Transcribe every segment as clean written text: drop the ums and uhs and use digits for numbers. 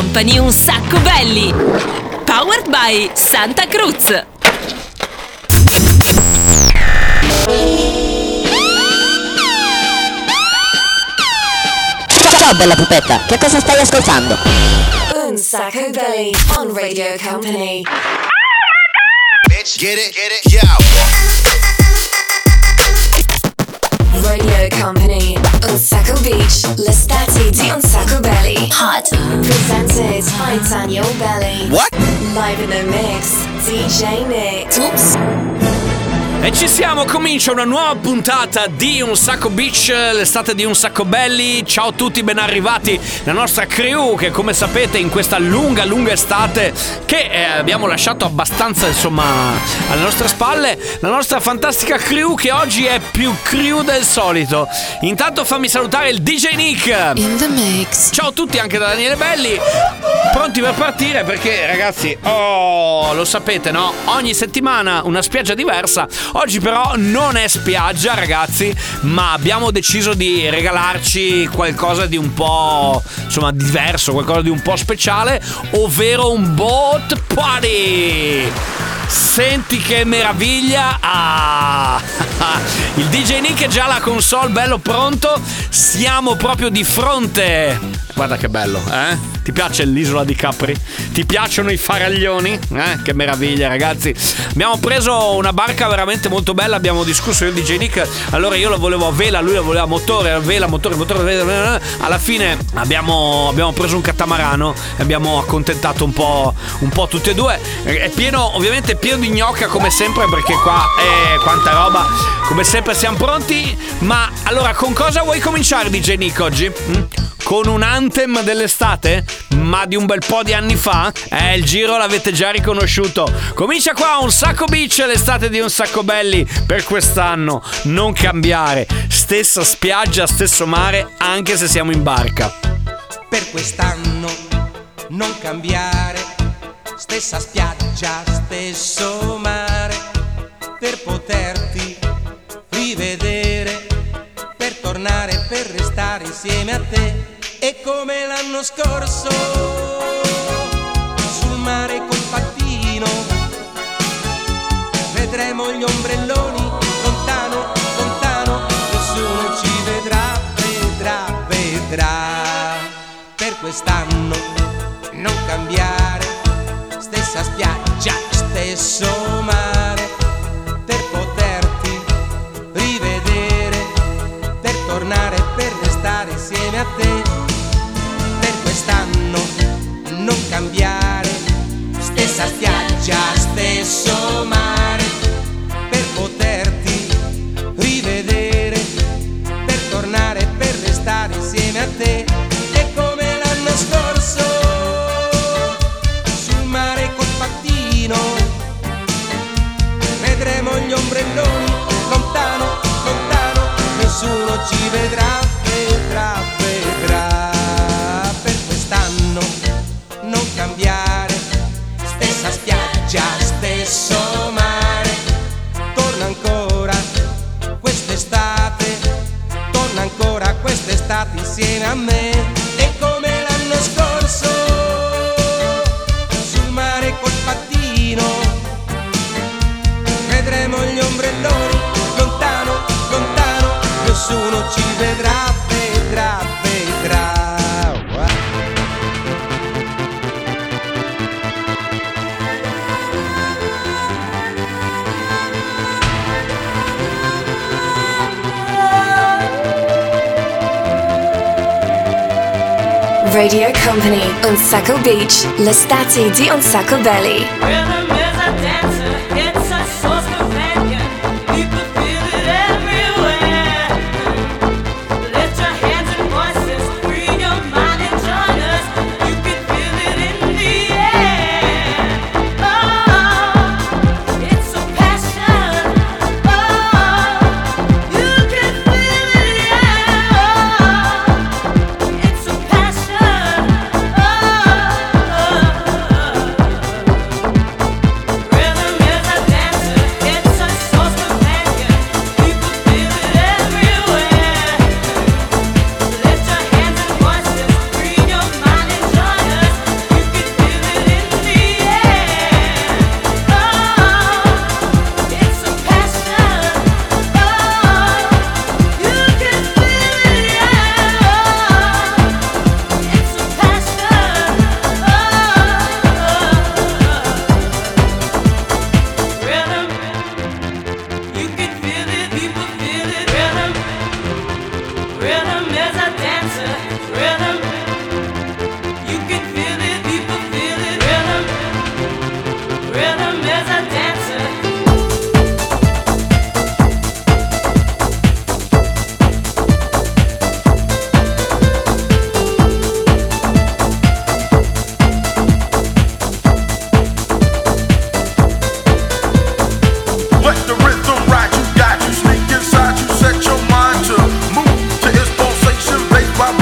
Company un sacco belli. Powered by Santa Cruz. Ciao bella pupetta, che cosa stai ascoltando? Un sacco belli on Radio Company. Bitch, get it, yo. Radio Company, Un Sacco Beach, l'estate di Un Sacco Belly. Hot. Presented by Daniel Belly. What? Live in the mix, DJ Nick. Oops. E ci siamo, comincia una nuova puntata di Un Sacco Beach, l'estate di Un Sacco Belli. Ciao a tutti, ben arrivati. La nostra crew che, come sapete, in questa lunga estate che abbiamo lasciato abbastanza, insomma, alle nostre spalle, la nostra fantastica crew che oggi è più crew del solito. Intanto fammi salutare il DJ Nick. In the mix. Ciao a tutti anche da Daniele Belli. Pronti per partire perché, ragazzi, lo sapete, no? Ogni settimana una spiaggia diversa. Oggi però non è spiaggia, ragazzi, ma abbiamo deciso di regalarci qualcosa di un po', insomma, diverso, qualcosa di un po' speciale, ovvero un boat party. Senti che meraviglia! Il DJ Nick è già alla console, bello pronto. Siamo proprio di fronte. Guarda che bello, eh? Ti piace l'isola di Capri? Ti piacciono i faraglioni? Che meraviglia, ragazzi. Abbiamo preso una barca veramente molto bella. Abbiamo discusso io e DJ Nick. Allora io la volevo a vela, lui la voleva a motore, vela. Alla fine abbiamo preso un catamarano e abbiamo accontentato un po' tutti e due. È pieno, ovviamente pieno di gnocca come sempre, perché qua quanta roba. Come sempre siamo pronti. Ma allora, con cosa vuoi cominciare, DJ Nick, oggi? Con un anthem dell'estate? Ma di un bel po' di anni fa? Il giro l'avete già riconosciuto. Comincia qua Un Sacco Beach, l'estate di Un Sacco Belli. Per quest'anno non cambiare. Stessa spiaggia, stesso mare, anche se siamo in barca. Per quest'anno non cambiare. Stessa spiaggia, stesso mare. Per poterti rivedere, per tornare, per restare insieme a te. E come l'anno scorso, sul mare col pattino, vedremo gli ombrelloni, lontano, lontano, nessuno ci vedrà. Per quest'anno non cambiare, stessa spiaggia, stesso mare, per poterti rivedere, per tornare, per restare insieme a te. Quest'anno non cambiare, stessa spiaggia, stesso mare, per poterti rivedere, per tornare, per restare insieme a te. E come l'anno scorso, sul mare col pattino, vedremo gli ombrelloni, lontano, lontano, nessuno ci vedrà. Non cambiare, stessa spiaggia, stesso mare, torna ancora quest'estate, torna ancora quest'estate insieme a me. E come l'anno scorso, sul mare col pattino, vedremo gli ombrelloni, lontano, lontano, nessuno ci vedrà. Radio Company, Un Sacco Beach, l'estate di Un Sacco Belly.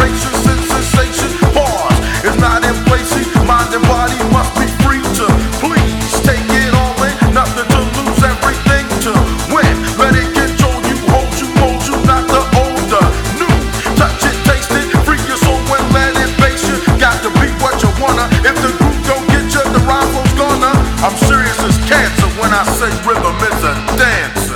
information, sensation, pause. It's not in place, mind and body must be free to please take it all in, nothing to lose, everything to win. Let it control you, hold you, not the older. New, touch it, taste it, free your soul and let it base you. Got to be what you wanna, if the group don't get you, the rhyme flow's gonna. I'm serious as cancer when I say rhythm is a dancer.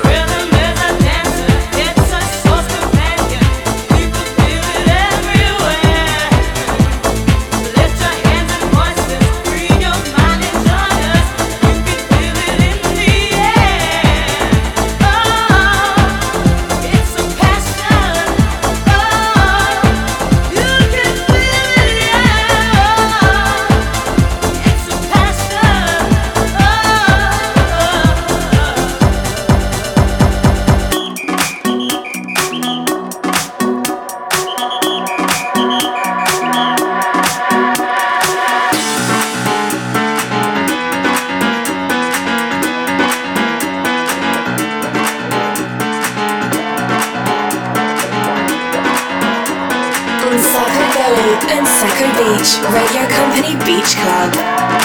And Sacco Beach, Radio Company Beach Club.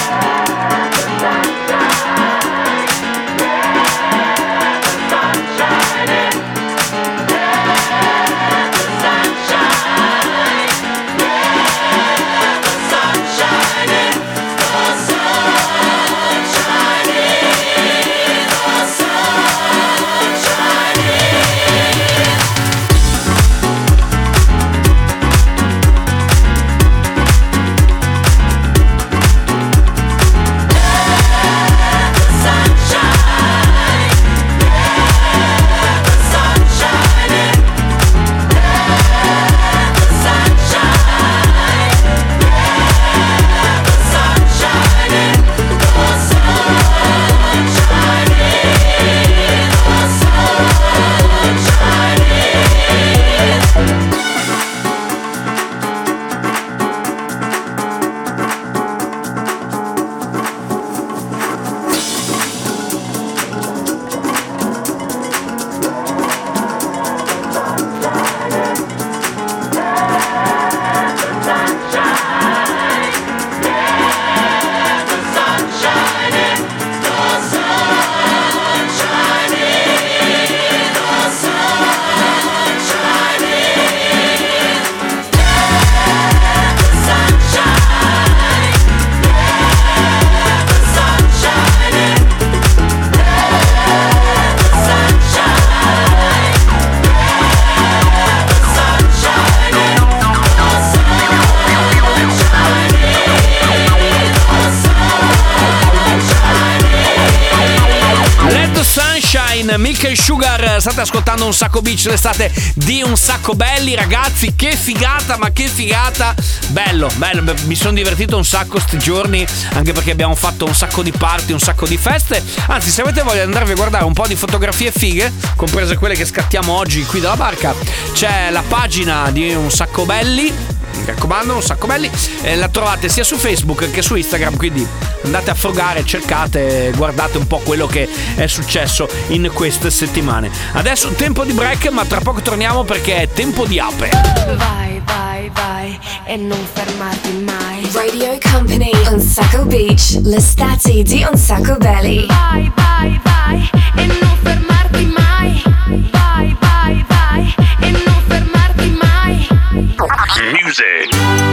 Milk Sugar, state ascoltando Un Sacco Beach, l'estate di Un Sacco Belli. Ragazzi, che figata, ma che figata. Bello, mi sono divertito un sacco sti giorni, anche perché abbiamo fatto un sacco di party, un sacco di feste. Anzi, se avete voglia di andarvi a guardare un po' di fotografie fighe, comprese quelle che scattiamo oggi qui dalla barca, c'è la pagina di Un Sacco Belli, mi raccomando, Un Sacco Belli, la trovate sia su Facebook che su Instagram, quindi andate a frugare, cercate, guardate un po' quello che è successo in queste settimane. Adesso tempo di break, ma tra poco torniamo perché è tempo di ape. Vai, vai, vai e non fermarti mai. Radio Company On Sacco Beach, l'estate di Un Sacco Belli. Vai, vai, vai e non fermarti mai. Vai, vai, vai e non fermarti mai. Music.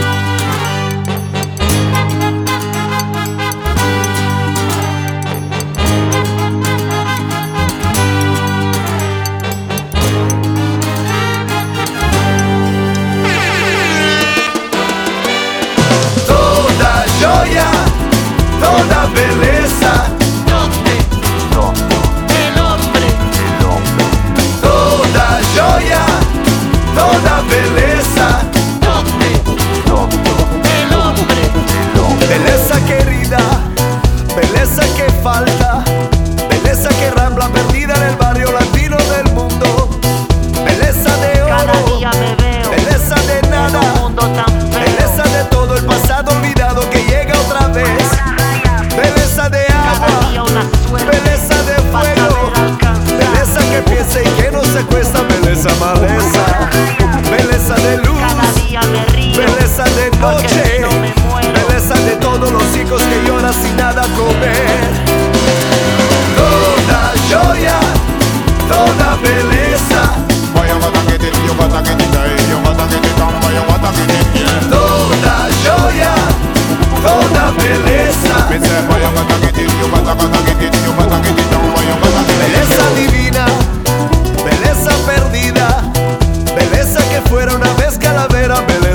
Toda joia, toda beleza, toda joia, toda beleza,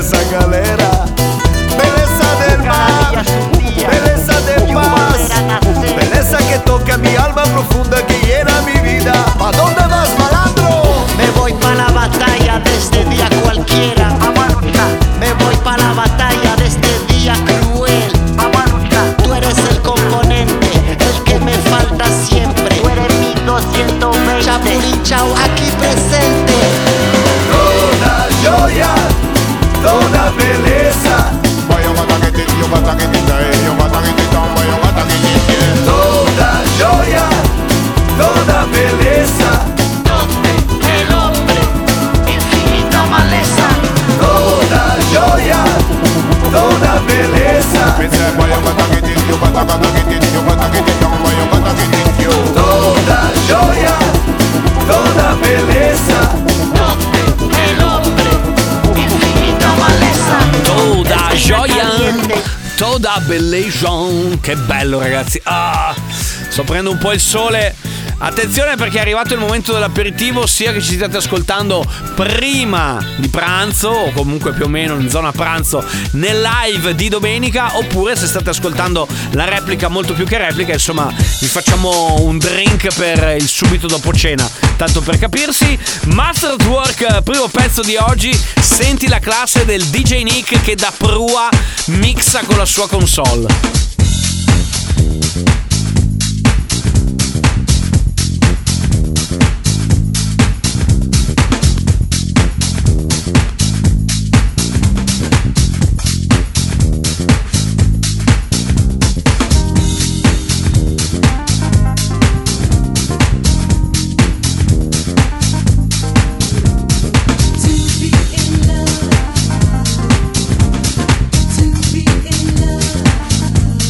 esa galera. Belleza del mar, belleza de paz, belleza que toca mi alma profunda, que llena mi vida. ¿Pa dónde vas, malandro? Me voy pa' la batalla de este día cualquiera. Me voy pa' la batalla de este día cruel. Tú eres el componente, el que me falta siempre. Tú eres mi 220. Chapulín Chao aquí presente. Toda joya, toda belleza. Toda joya, toda belleza. El hombre, infinita maleza. Toda joya, toda belleza. Toda joya, toda belleza. El hombre, infinita maleza. Toda gioia, toda bellezza. Che bello, ragazzi. Sto prendendo un po' il sole. Attenzione, perché è arrivato il momento dell'aperitivo, sia che ci stiate ascoltando prima di pranzo o comunque più o meno in zona pranzo nel live di domenica, oppure se state ascoltando la replica, molto più che replica, insomma vi facciamo un drink per il subito dopo cena, tanto per capirsi. Master at Work, primo pezzo di oggi. Senti la classe del DJ Nick che da prua mixa con la sua console. To be in love.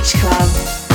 Beach Club.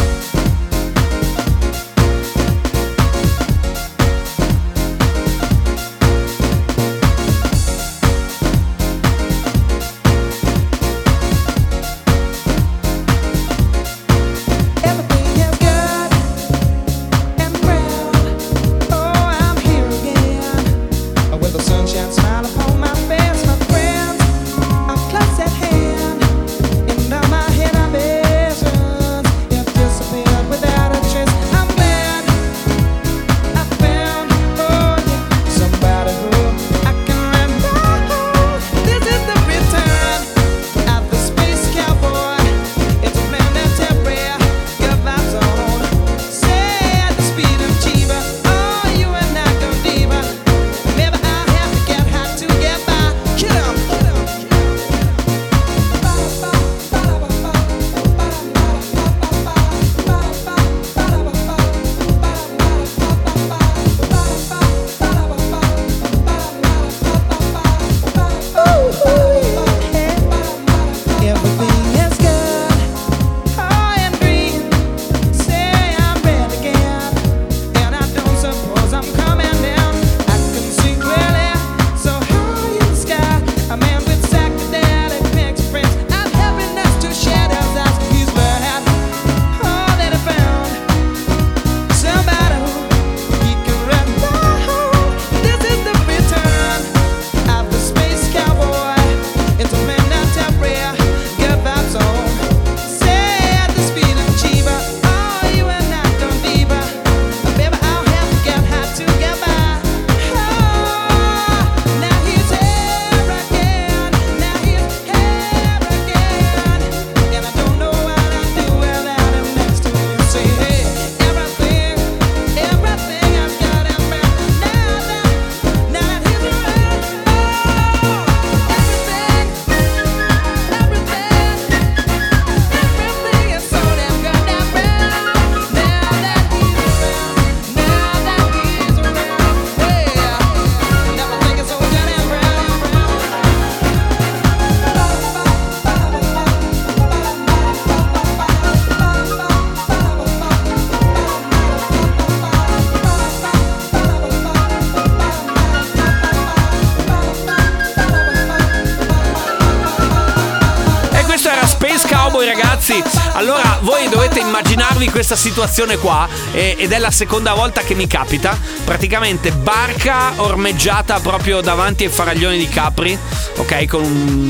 Ragazzi, allora voi dovete immaginarvi questa situazione qua ed è la seconda volta che mi capita. Praticamente barca ormeggiata proprio davanti ai faraglioni di Capri, ok, con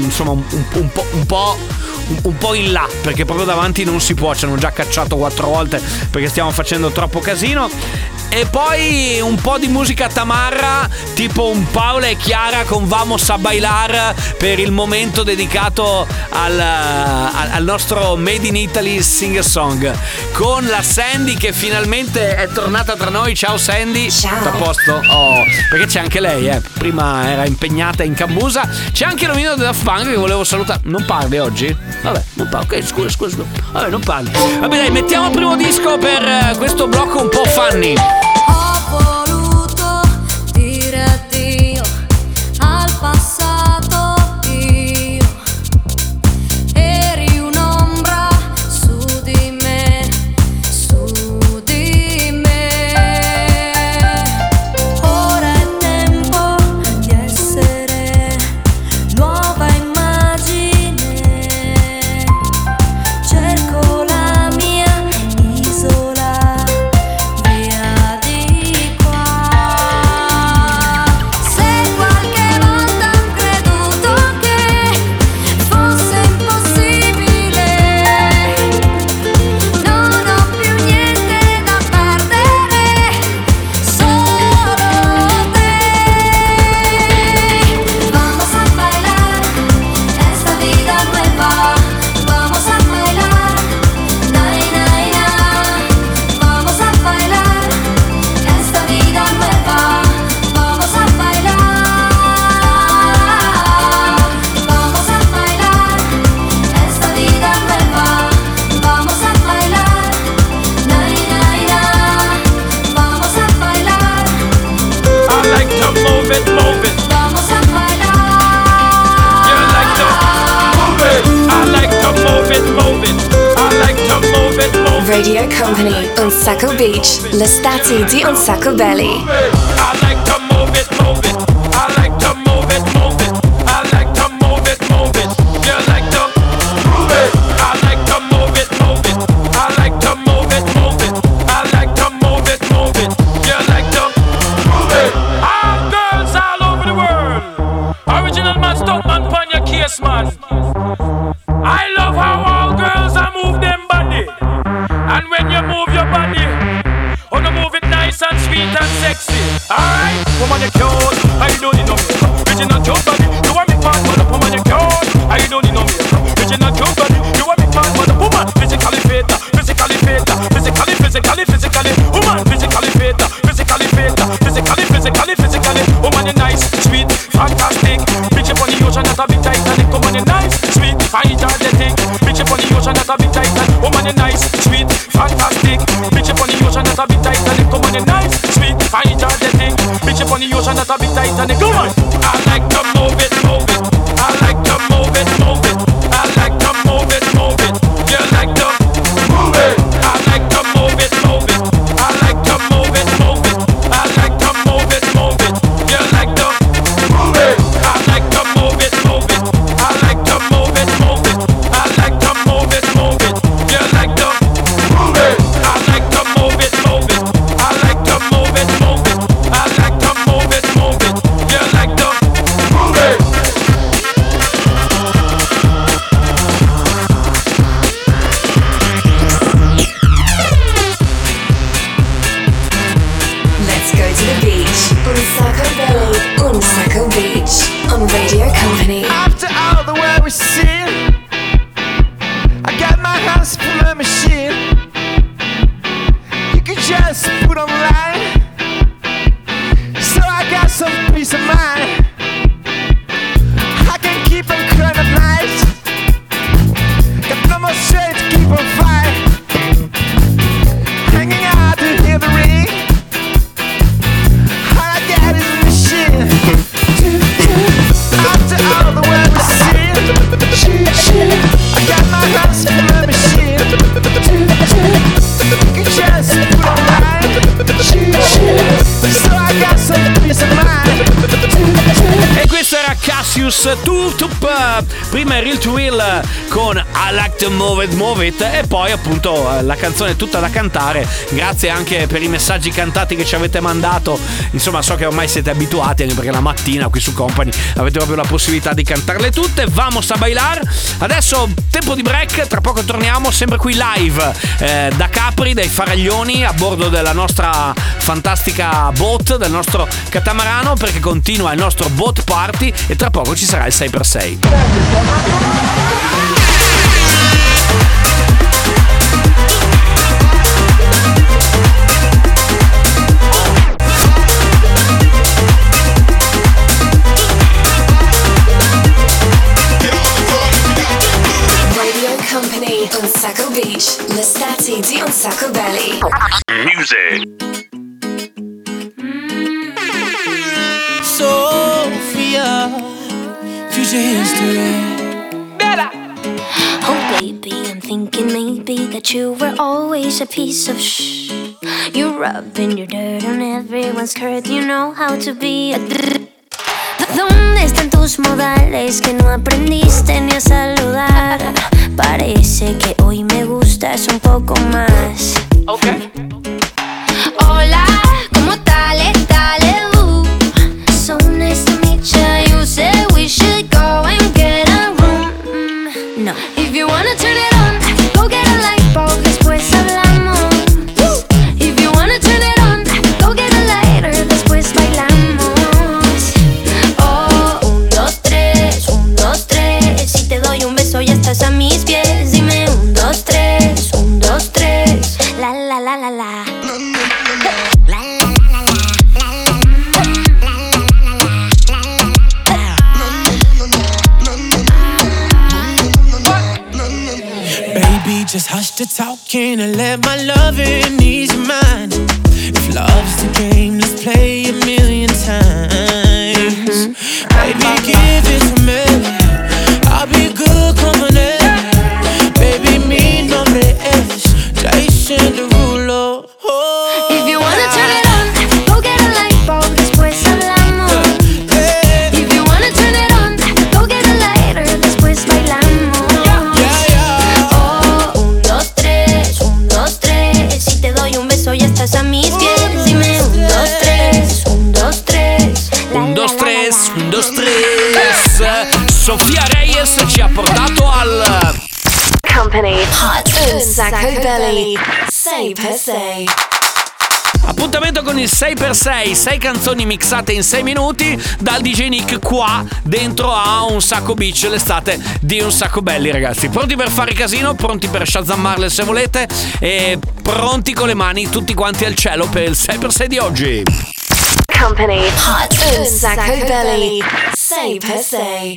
un po' in là, perché proprio davanti non si può, ci hanno già cacciato 4 volte perché stiamo facendo troppo casino. E poi un po' di musica tamarra, tipo un Paola e Chiara con Vamos a Bailar, per il momento dedicato al nostro Made in Italy Sing a Song, con la Sandy che finalmente è tornata tra noi. Ciao Sandy. Ciao. Tutto a posto? Oh, perché c'è anche lei, prima era impegnata in cambusa. C'è anche l'omino della Funk che volevo salutare. Non parli oggi? Vabbè, non parli. Ok, scusa. Vabbè, non parli. Vabbè, dai, mettiamo il primo disco per questo blocco un po' funny. Ho voluto dire addio al passato, io eri un'ombra su di me, ora è tempo di essere nuova immagine, cerco la mia isola via Radio Company, Un Sacco Beach, l'estate di Un Sacco Belly. I like to move it, move it. I like to move it, move it. I like to move it, move it. You like to move it. I like to move it, move it. I like to move it, move it. I like to move it, move it. You like to move it. All girls all over the world. Original man, stunt man, pon your case, man. I love how all girls are move them body. And when you move your body, wanna move it nice and sweet and sexy. Alright, woman you cute, I don't need no makeup. Original cute body, you want me part for the woman you cute, I don't need no makeup. Original cute body, you want me part for the woman. Physically fit, physically fit, physically. Woman, physically fit, physically fit, physically. Woman you nice, sweet, fantastic. Bitch up on the ocean, that's a big Titanic. Woman you nice, sweet, fine, energetic. Bitch up on the ocean, that's a big Titanic. Woman you nice, sweet, fantastic. Bitch up on the ocean, that's a big Titanic. Woman you nice, sweet, fine, energetic. Bitch up on the ocean, that's a big Titanic. Come on. I like to move it, move it. I like to move it, move it. I like to move it, move it. You like to move it. I like to move it, move it. I like to move it, move it. I like to move it, move it. You like to move it. I like to move it, move it. I like to move it, move it. I like to move it, move it. You like to move it. I like to move it, move it. I like to move it, move it. I like to move it, move it. You like to move it. Let's go to the beach. Un Sacco Belly, Un Sacco Beach, on Radio Company. After all the way we see, I got my hands for my machine. You can just put online, so I got some peace of mind. I can keep on crying at night, got no more strength to keep on fighting. Hanging out to hear the ring, all I got is a machine. After all the way we see, I got my hands in the machine. You can just put online, so I got some peace of mind. E questo era Cassius Tutup, prima Real to Real con I Like to Move It e poi appunto la canzone tutta da cantare. Grazie anche per i messaggi cantati che ci avete mandato, insomma so che ormai siete abituati, anche perché la mattina qui su Company avete proprio la possibilità di cantarle tutte. Vamos a bailar. Adesso tempo di break, tra poco torniamo sempre qui live da Capri, dai Faraglioni, a bordo della nostra fantastica boat, del nostro catamarano, perché continua il nostro boat party e tra poco ci sarà il 6x6. Radio Company, Un Sacco Beach, l'estate di Un Sacco Belly. Music. Sophia, future history. Oh baby, I'm thinking maybe that you were always a piece of shh. You're rubbing your dirt on everyone's skirt. You know how to be a ¿Dónde están tus modales que no aprendiste ni a saludar? Parece que hoy me gustas un poco más. Okay. Hola, ¿cómo tal? So nice to meet you. You said we should go and get a room. No. If you wanna turn it on, go get a light bulb, después hablamos. If you wanna turn it on, go get a lighter, después bailamos. Oh, 1, 2, 3, 1, 2, 3. Si te doy un beso ya estás a mis pies. Dime 1, 2, 3, 1, 2, 3. La la la la la. Just hush the talking and let my loving ease your mind. If love's the game, let's play a million times. Baby, give it to me. I'll be good company. Baby, mi nombre es Jason. breaking the rule. Oh. If you wanna turn it on, go get a light bulb, después hablamos. If you wanna turn it on, go get a lighter, después bailamos. Oh, 1, 2, 3, 1, 2, 3. Si te doy un beso ya estás a mis pies. Dime 1, 2, 3, 1, 2, 3. 1, 2, 3, 1, 2, 3. Sofia Reyes ci ha portato al Company Hot un sacco belly 6 per 6. appuntamento con il 6x6, 6 canzoni mixate in 6 minuti dal DJ Nick qua dentro a Un Sacco Beach, l'estate di Un Sacco Belli, ragazzi. Pronti per fare casino, pronti per shazammarle se volete e pronti con le mani tutti quanti al cielo per il 6x6 di oggi. Company Hot un sacco belly 6 per 6.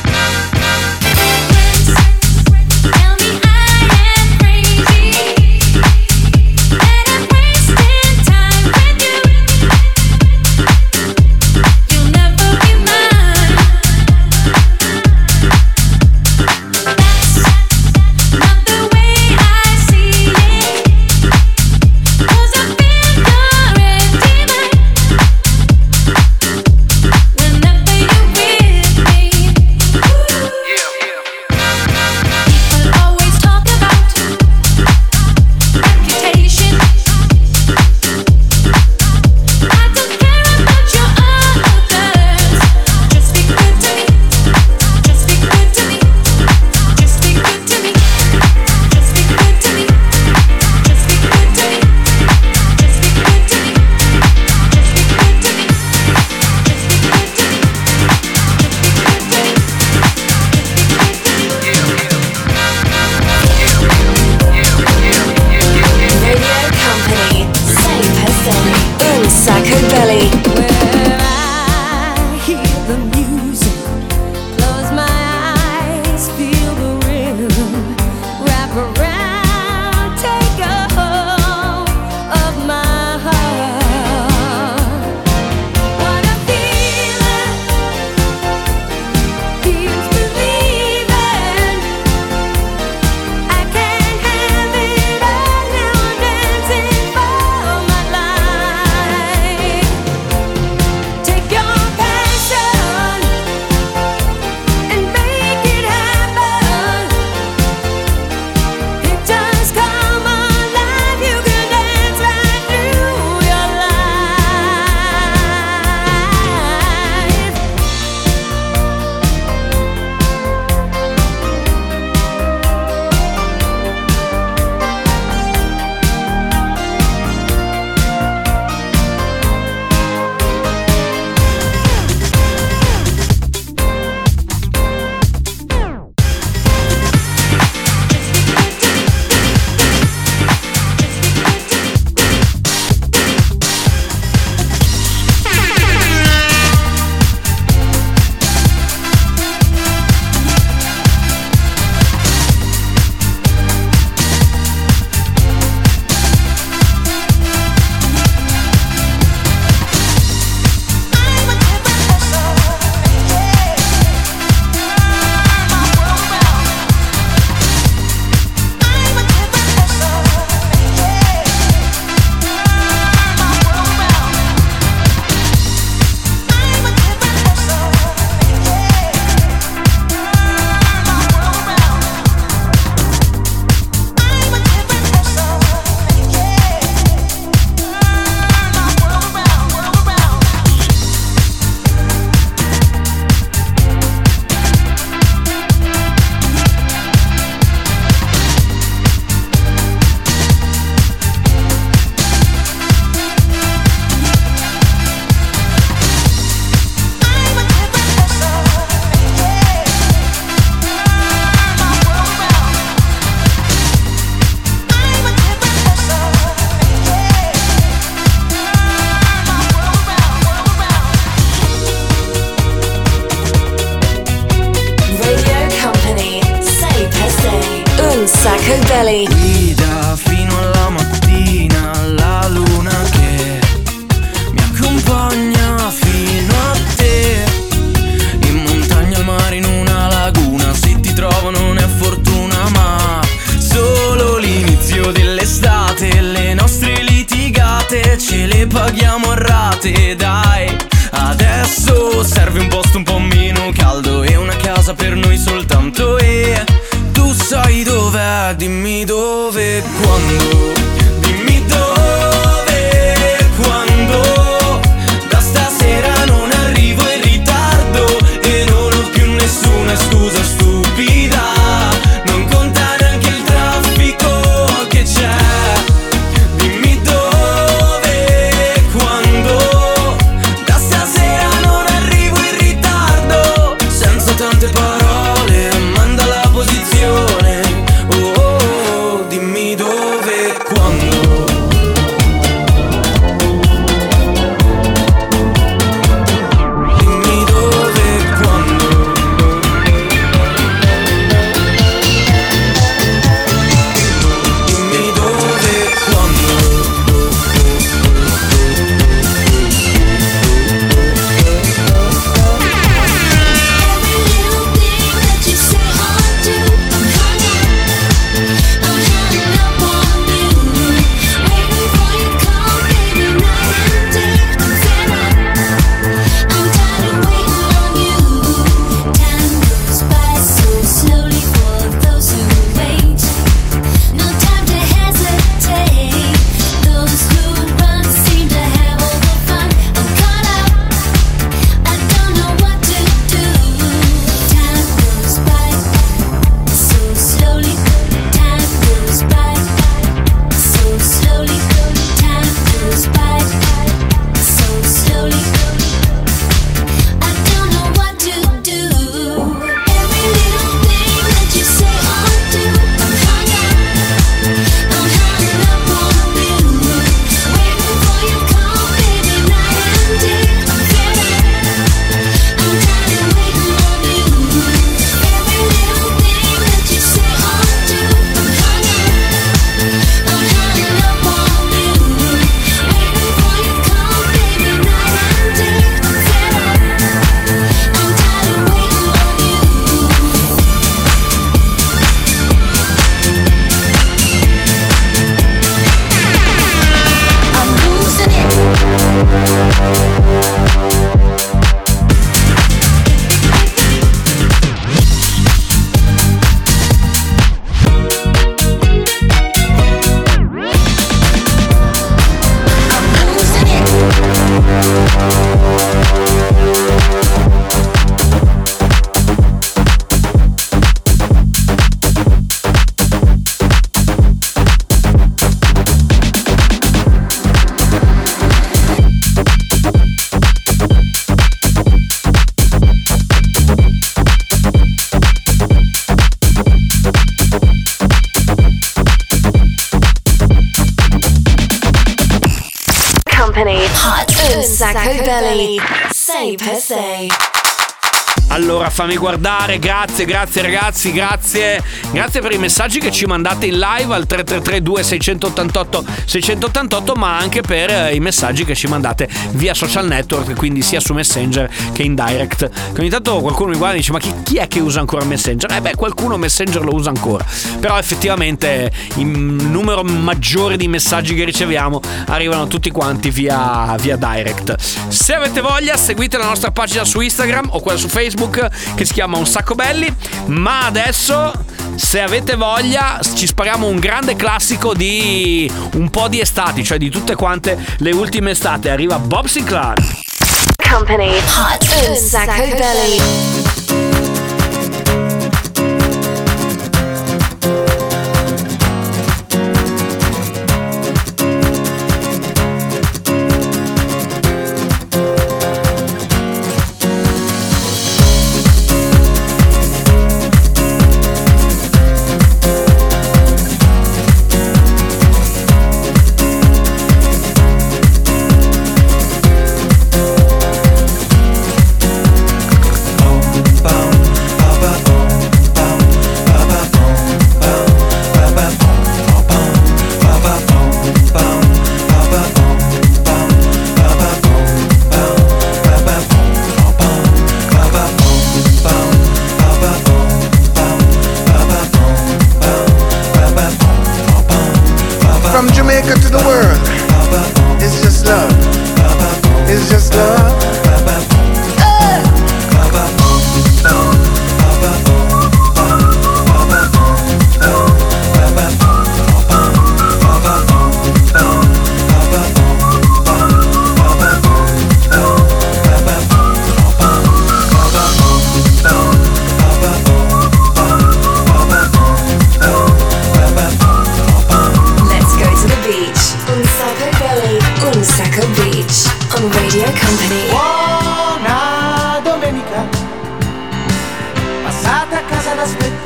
Sacco Belly. Guida fino alla mattina, la luna che mi accompagna fino a te. In montagna, al mare, in una laguna, se ti trovo non è fortuna ma solo l'inizio dell'estate. serate ce le paghiamo a rate, dai. Adesso serve un posto un po' meno caldo e una casa per noi soltanto. E tu sai dov'è, dimmi dove, quando. Dimmi dove, quando. Da stasera non arrivo in ritardo e non ho più nessuna scusa stupida. Non conta neanche il traffico che c'è. Dimmi dove, quando. Da stasera non arrivo in ritardo. Senza tante parole, manda la posizione. Oh, oh, oh, dimmi dove, quando. Dimmi dove, quando. Dimmi dove, quando. Un sacco belli, 6 per 6. Allora fammi guardare, grazie ragazzi, grazie per i messaggi che ci mandate in live al 333 688 688, ma anche per i messaggi che ci mandate via social network, quindi sia su Messenger che in direct. Che ogni tanto qualcuno mi guarda e dice: ma chi è che usa ancora Messenger? Qualcuno Messenger lo usa ancora, però effettivamente il numero maggiore di messaggi che riceviamo arrivano tutti quanti via direct. Se avete voglia, seguite la nostra pagina su Instagram o quella su Facebook che si chiama Un Sacco Belli. Ma adesso, se avete voglia, ci spariamo un grande classico di un po' di estati, cioè di tutte quante le ultime estate. Arriva Bob Sinclair. Company Hot Un Sacco Belli.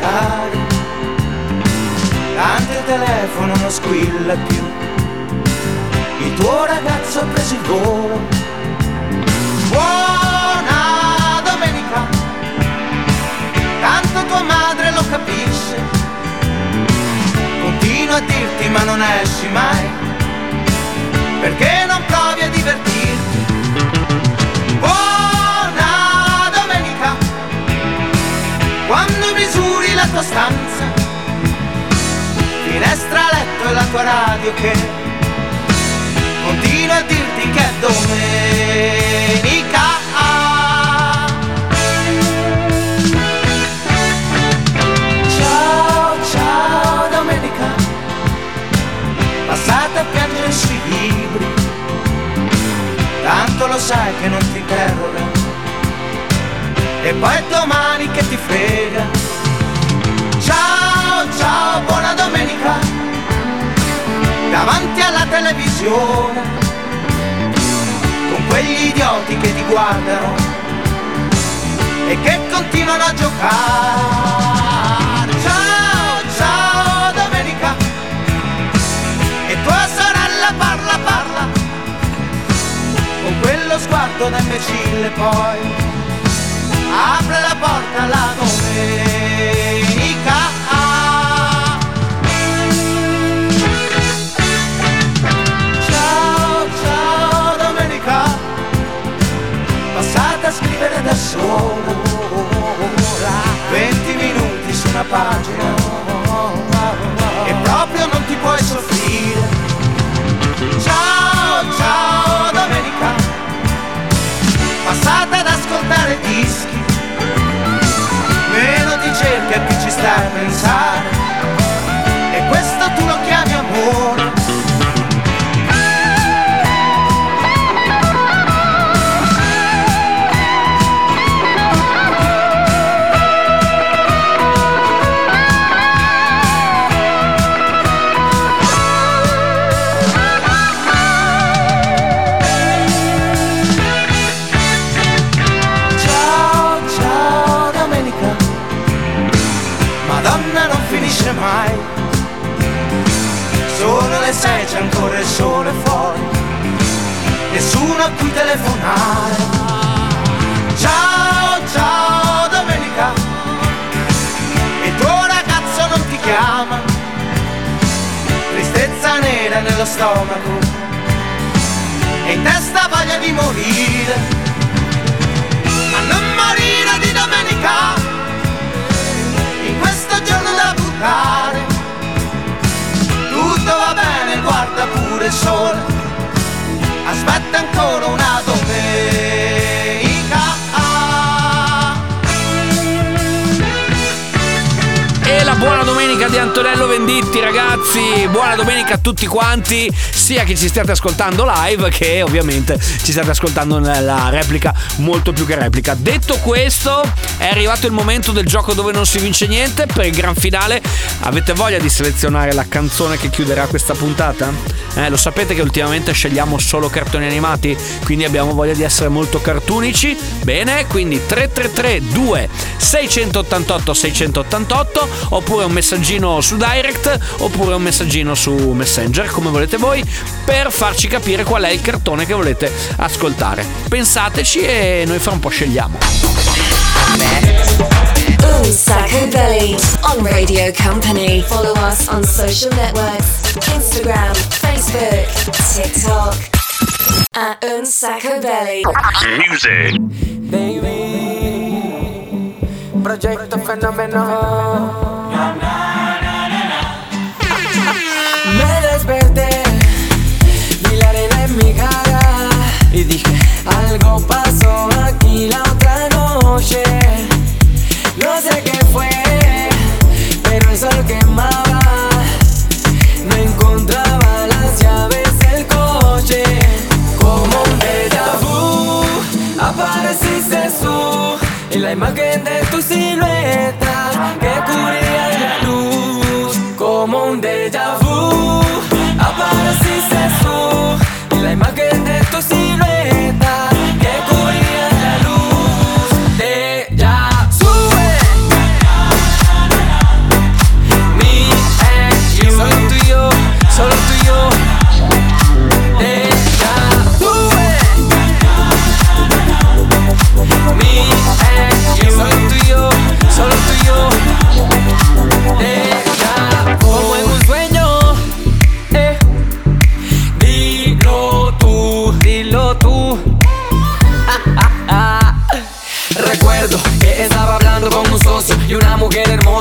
giocare. Tanto il telefono non squilla più, il tuo ragazzo ha preso il volo. Buona domenica, tanto tua madre lo capisce. Continuo a dirti ma non esci mai, perché non provi a divertirti. Buona domenica, quando misuri la tua stanza, finestra, letto e la tua radio che continua a dirti che è domenica. Ciao, ciao domenica, passate a piangere sui libri, tanto lo sai che non ti interroga, e poi è domani che ti frega. Ciao, ciao, buona domenica, davanti alla televisione, con quegli idioti che ti guardano e che continuano a giocare. Ciao, ciao domenica, e tua sorella parla, con quello sguardo da imbecille, poi apre la porta alla domenica. Ciao, ciao domenica, passate a scrivere da sola 20 minuti su una pagina e proprio non ti puoi soffrire. Ciao, ciao domenica, passate ad ascoltare dischi, meno ti cerchi e più ci stai a pensare, e questo tu lo chiami amore. Mai. Sono le 6, c'è ancora il sole fuori, nessuno a cui telefonare. Ciao, ciao domenica, il tuo ragazzo non ti chiama, tristezza nera nello stomaco e in testa voglia di morire, ma non morire di domenica, in questo giorno da buttare. Tutto va bene, guarda pure il sole, aspetta ancora una domenica. E la buona domenica di Antonello Venditti, ragazzi. Buona domenica a tutti quanti, sia che ci stiate ascoltando live che ovviamente ci state ascoltando nella replica, molto più che replica. Detto questo, è arrivato il momento del gioco dove non si vince niente. Per il gran finale avete voglia di selezionare la canzone che chiuderà questa puntata? Lo sapete che ultimamente scegliamo solo cartoni animati, quindi abbiamo voglia di essere molto cartunici. Bene, quindi 333 2688 688, oppure un messaggino su Direct, oppure un messaggino su Messenger, come volete voi, per farci capire qual è il cartone che volete ascoltare. Pensateci e noi fra un po' scegliamo. Un Sacco Belly on Radio Company. Follow us on social networks, Instagram, Facebook, TikTok at Un Sacco Belly. Music. Baby, proyecto fenomeno. Me desperté, vi la arena en mi cara y dije, algo pasó aquí la otra noche. No sé qué fue, pero el sol quemaba. No encontraba las llaves del coche. Como un déjà vu, apareciste tú en la imagen de tu silueta que cubría la luz. Como un déjà vu, apareciste tú en la imagen de tu silueta que cubría la luz. Déjà vu.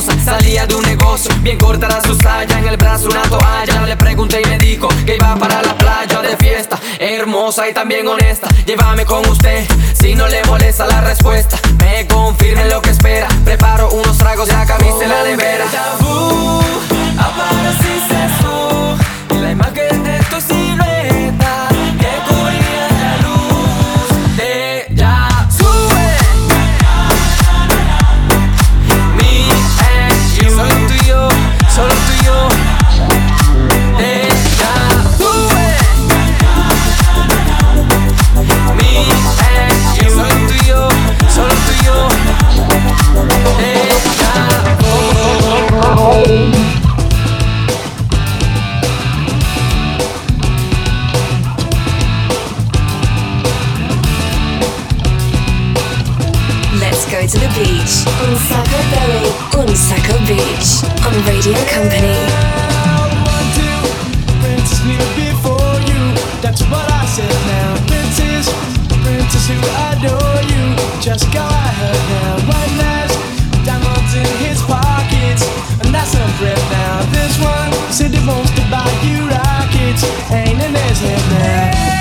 hermosa. Salí de un negocio, bien corta la su saya, en el brazo una toalla. Le pregunté y me dijo que iba para la playa de fiesta. Hermosa y también honesta, llévame con usted, si no le molesta la respuesta. Me confirme lo que espera, preparo unos tragos, la camisa en la nevera. Apareciste tú, la imagen de tu silueta que cubría la luz de ya. Sube me and you, solo tú y yo, solo tú y yo. De ya. Sube me and you, solo tú y yo, solo tú y yo. De ya. Let's go to the beach on Sacco Belly on Sacco Beach on Radio Company. Princess kneel before you, that's what I said now. Princess, princess who adore you, just go ahead now. One last diamonds in his pockets, and that's no breath now. This one said he wants to buy you rockets, ain't in his head now.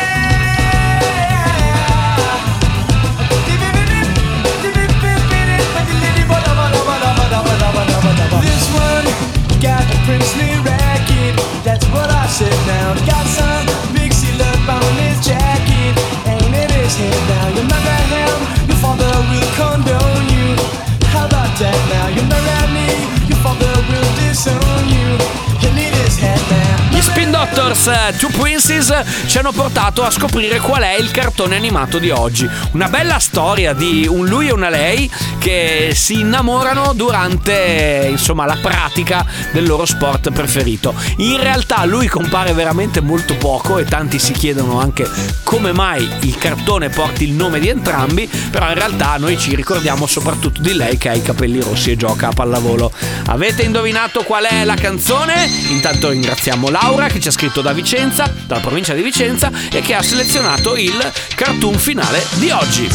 This one got a princely racket, that's what I said now. Got some big seal up on his jacket, ain't in his head now. You marry him, your father will condone you. How about that now? You marry me, your father will disown you. He'll need his head now. Gli Spin Doctors, Two Princes, ci hanno portato a scoprire qual è il cartone animato di oggi. Una bella storia di un lui e una lei che si innamorano durante, insomma, la pratica del loro sport preferito. In realtà lui compare veramente molto poco e tanti si chiedono anche come mai il cartone porti il nome di entrambi, però in realtà noi ci ricordiamo soprattutto di lei che ha i capelli rossi e gioca a pallavolo. Avete indovinato qual è la canzone? Intanto ringraziamo Laura che ci ha scritto da Vicenza, dalla provincia di Vicenza, e che ha selezionato il cartoon finale di oggi.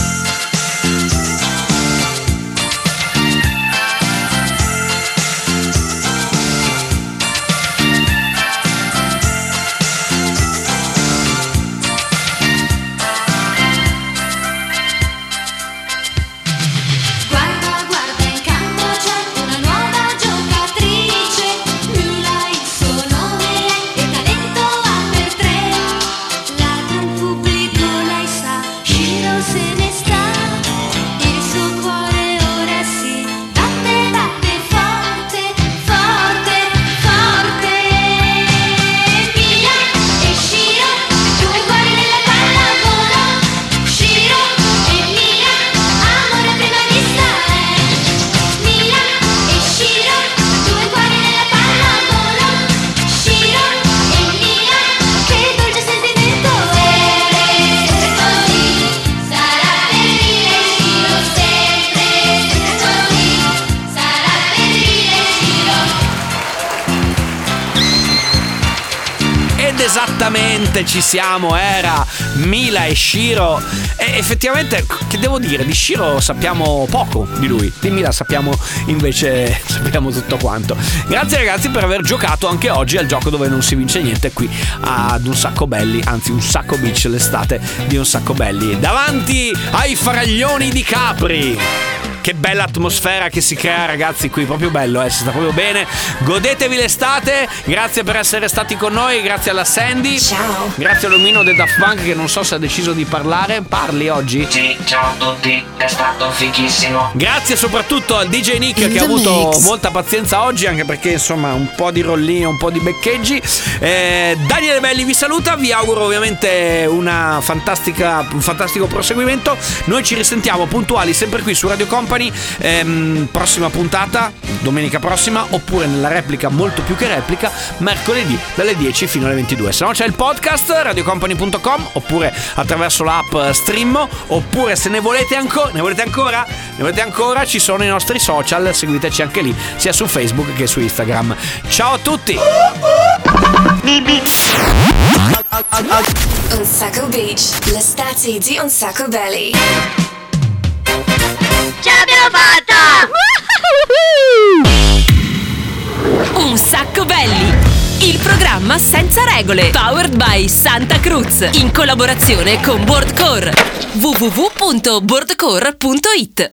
Guarda, guarda, in campo c'è una nuova giocatrice. Mila il suo nome è e talento ha per tre. Ladra il pubblico, lei sa, Shiro se ne sta. Il suo cuore ora si batte, batte forte, forte, forte. Mila e Shiro, due cuori nella pallavolo. Shiro e Mila, amore a prima vista è. Mila e Shiro, due cuori nella pallavolo. Shiro e Mila, che dolce sentimento è. Così sarà per Mila e Shiro sempre. Così sarà per Mila e Shiro. Ed esattamente ci siamo, era Mila e Shiro. E effettivamente, che devo dire, di Shiro sappiamo poco di lui, di Mila sappiamo invece tutto quanto. Grazie ragazzi per aver giocato anche oggi al gioco dove non si vince niente qui ad Un Sacco Belli, anzi Un Sacco Beach, l'estate di Un Sacco Belli, davanti ai faraglioni di Capri. Che bella atmosfera che si crea ragazzi qui, proprio bello, si sta proprio bene. Godetevi l'estate, grazie per essere stati con noi, grazie alla Sandy. Ciao. Grazie all'omino del Daft Punk che non so se ha deciso di parlare. Parli oggi? Sì, ciao a tutti, è stato fighissimo. Grazie soprattutto al DJ Nick In che ha the avuto mix. molta pazienza oggi, anche perché insomma un po' di rollini, un po' di beccheggi. Daniele Belli vi saluta, vi auguro ovviamente un fantastico proseguimento. Noi ci risentiamo puntuali sempre qui su Radio Company, prossima puntata domenica prossima, oppure nella replica, molto più che replica, mercoledì dalle 10 fino alle 22. Se no c'è il podcast radiocompany.com, oppure attraverso l'app Stream, oppure se ne volete ancora ci sono i nostri social, seguiteci anche lì sia su Facebook che su Instagram. Ciao a tutti. Un Sacco Beach, l'estate di Un Sacco Belly. Ce l'abbiamo fatta! Un sacco belli! Il programma senza regole. Powered by Santa Cruz. In collaborazione con Boardcore. www.boardcore.it